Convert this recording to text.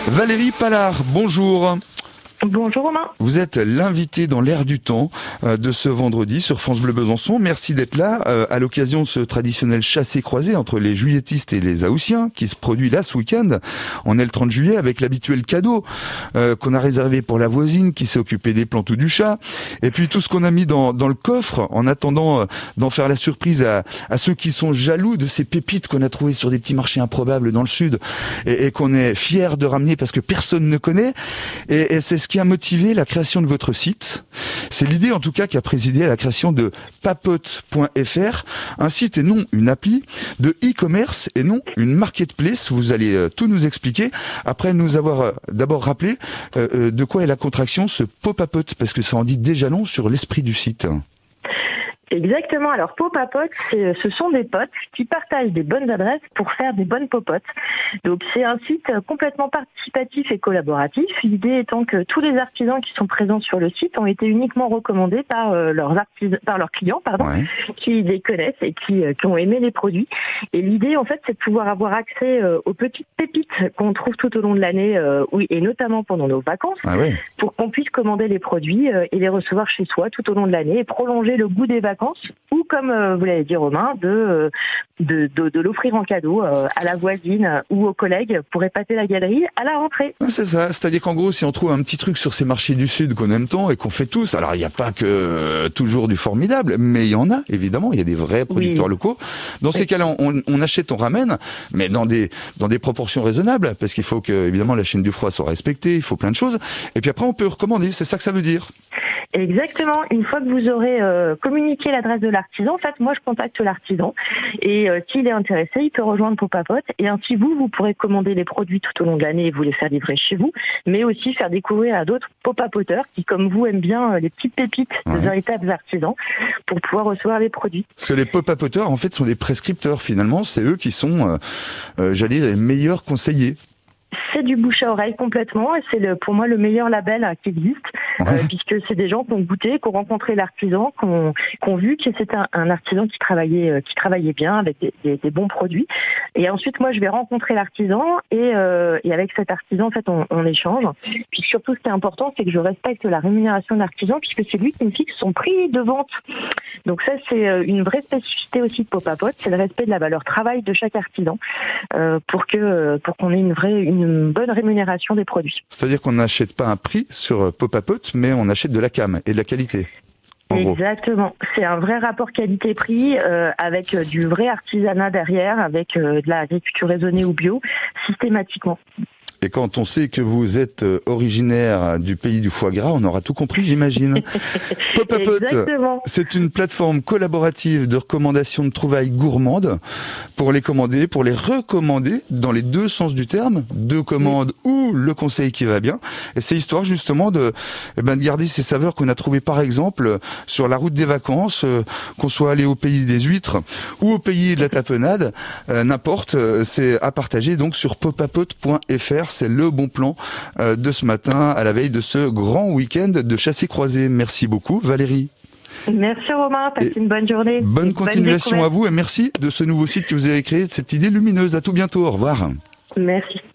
Valérie Pallard, bonjour. Bonjour Romain. Vous êtes l'invité dans l'air du temps de ce vendredi sur France Bleu Besançon. Merci d'être là à l'occasion de ce traditionnel chassé-croisé entre les juilletistes et les haussiens qui se produit là ce week-end. On est le 30 juillet avec l'habituel cadeau qu'on a réservé pour la voisine qui s'est occupée des plantes ou du chat. Et puis tout ce qu'on a mis dans le coffre en attendant d'en faire la surprise à ceux qui sont jaloux de ces pépites qu'on a trouvées sur des petits marchés improbables dans le sud et qu'on est fiers de ramener parce que personne ne connaît. Et c'est ce qui a motivé la création de votre site. C'est l'idée en tout cas qui a présidé à la création de papote.fr, un site et non une appli, de e-commerce et non une marketplace. Vous allez tout nous expliquer après nous avoir d'abord rappelé de quoi est la contraction ce Popapote, parce que ça en dit déjà long sur l'esprit du site. Exactement. Alors, Popapote, ce sont des potes qui partagent des bonnes adresses pour faire des bonnes popotes. Donc, c'est un site complètement participatif et collaboratif. L'idée étant que tous les artisans qui sont présents sur le site ont été uniquement recommandés par leurs clients, Ouais. qui les connaissent et qui ont aimé les produits. Et l'idée, en fait, c'est de pouvoir avoir accès aux petites pépites qu'on trouve tout au long de l'année, et notamment pendant nos vacances, pour qu'on puisse commander les produits et les recevoir chez soi tout au long de l'année et prolonger le goût des vacances. Ou comme vous l'avez dit Romain, de l'offrir en cadeau à la voisine ou aux collègues pour épater la galerie à la rentrée. C'est ça, c'est-à-dire qu'en gros, si on trouve un petit truc sur ces marchés du Sud qu'on aime tant et qu'on fait tous, alors il n'y a pas que toujours du formidable, mais il y en a, évidemment, il y a des vrais producteurs locaux. Dans ces cas-là, on achète, on ramène, mais dans des proportions raisonnables, parce qu'il faut que, évidemment, la chaîne du froid soit respectée, il faut plein de choses, et puis après on peut recommander, c'est ça que ça veut dire. Exactement. Une fois que vous aurez communiqué l'adresse de l'artisan, en fait, moi, je contacte l'artisan et s'il est intéressé, il peut rejoindre Popapote et ainsi vous pourrez commander les produits tout au long de l'année et vous les faire livrer chez vous, mais aussi faire découvrir à d'autres popapoteurs qui, comme vous, aiment bien les petites pépites de véritables artisans pour pouvoir recevoir les produits. Parce que les popapoteurs, en fait, sont les prescripteurs, finalement. C'est eux qui sont, j'allais dire, les meilleurs conseillers. C'est du bouche à oreille complètement et c'est pour moi le meilleur label qui existe puisque c'est des gens qui ont goûté, qui ont rencontré l'artisan, qui ont vu que c'était un artisan qui travaillait bien avec des bons produits. Et ensuite moi je vais rencontrer l'artisan et avec cet artisan en fait on échange. Puis surtout ce qui est important c'est que je respecte la rémunération de l'artisan puisque c'est lui qui me fixe son prix de vente. Donc ça c'est une vraie spécificité aussi de Popapote, c'est le respect de la valeur travail de chaque artisan pour qu'on ait une bonne rémunération des produits. C'est-à-dire qu'on n'achète pas un prix sur Popapote, mais on achète de la cam et de la qualité. Exactement. C'est un vrai rapport qualité-prix avec du vrai artisanat derrière, avec de l'agriculture raisonnée ou bio, systématiquement. Et quand on sait que vous êtes originaire du pays du foie gras, on aura tout compris, j'imagine. Popapote, c'est une plateforme collaborative de recommandation de trouvailles gourmandes pour les commander, pour les recommander dans les deux sens du terme, deux commandes ou le conseil qui va bien. Et c'est histoire justement de garder ces saveurs qu'on a trouvées par exemple sur la route des vacances, qu'on soit allé au pays des huîtres ou au pays de la tapenade, n'importe, c'est à partager donc sur popapote.fr. C'est le bon plan de ce matin à la veille de ce grand week-end de chassé-croisé. Merci beaucoup Valérie. Merci Romain, passez une bonne journée. Bonne continuation à vous et merci de ce nouveau site que vous avez créé, de cette idée lumineuse. À tout bientôt, au revoir. Merci.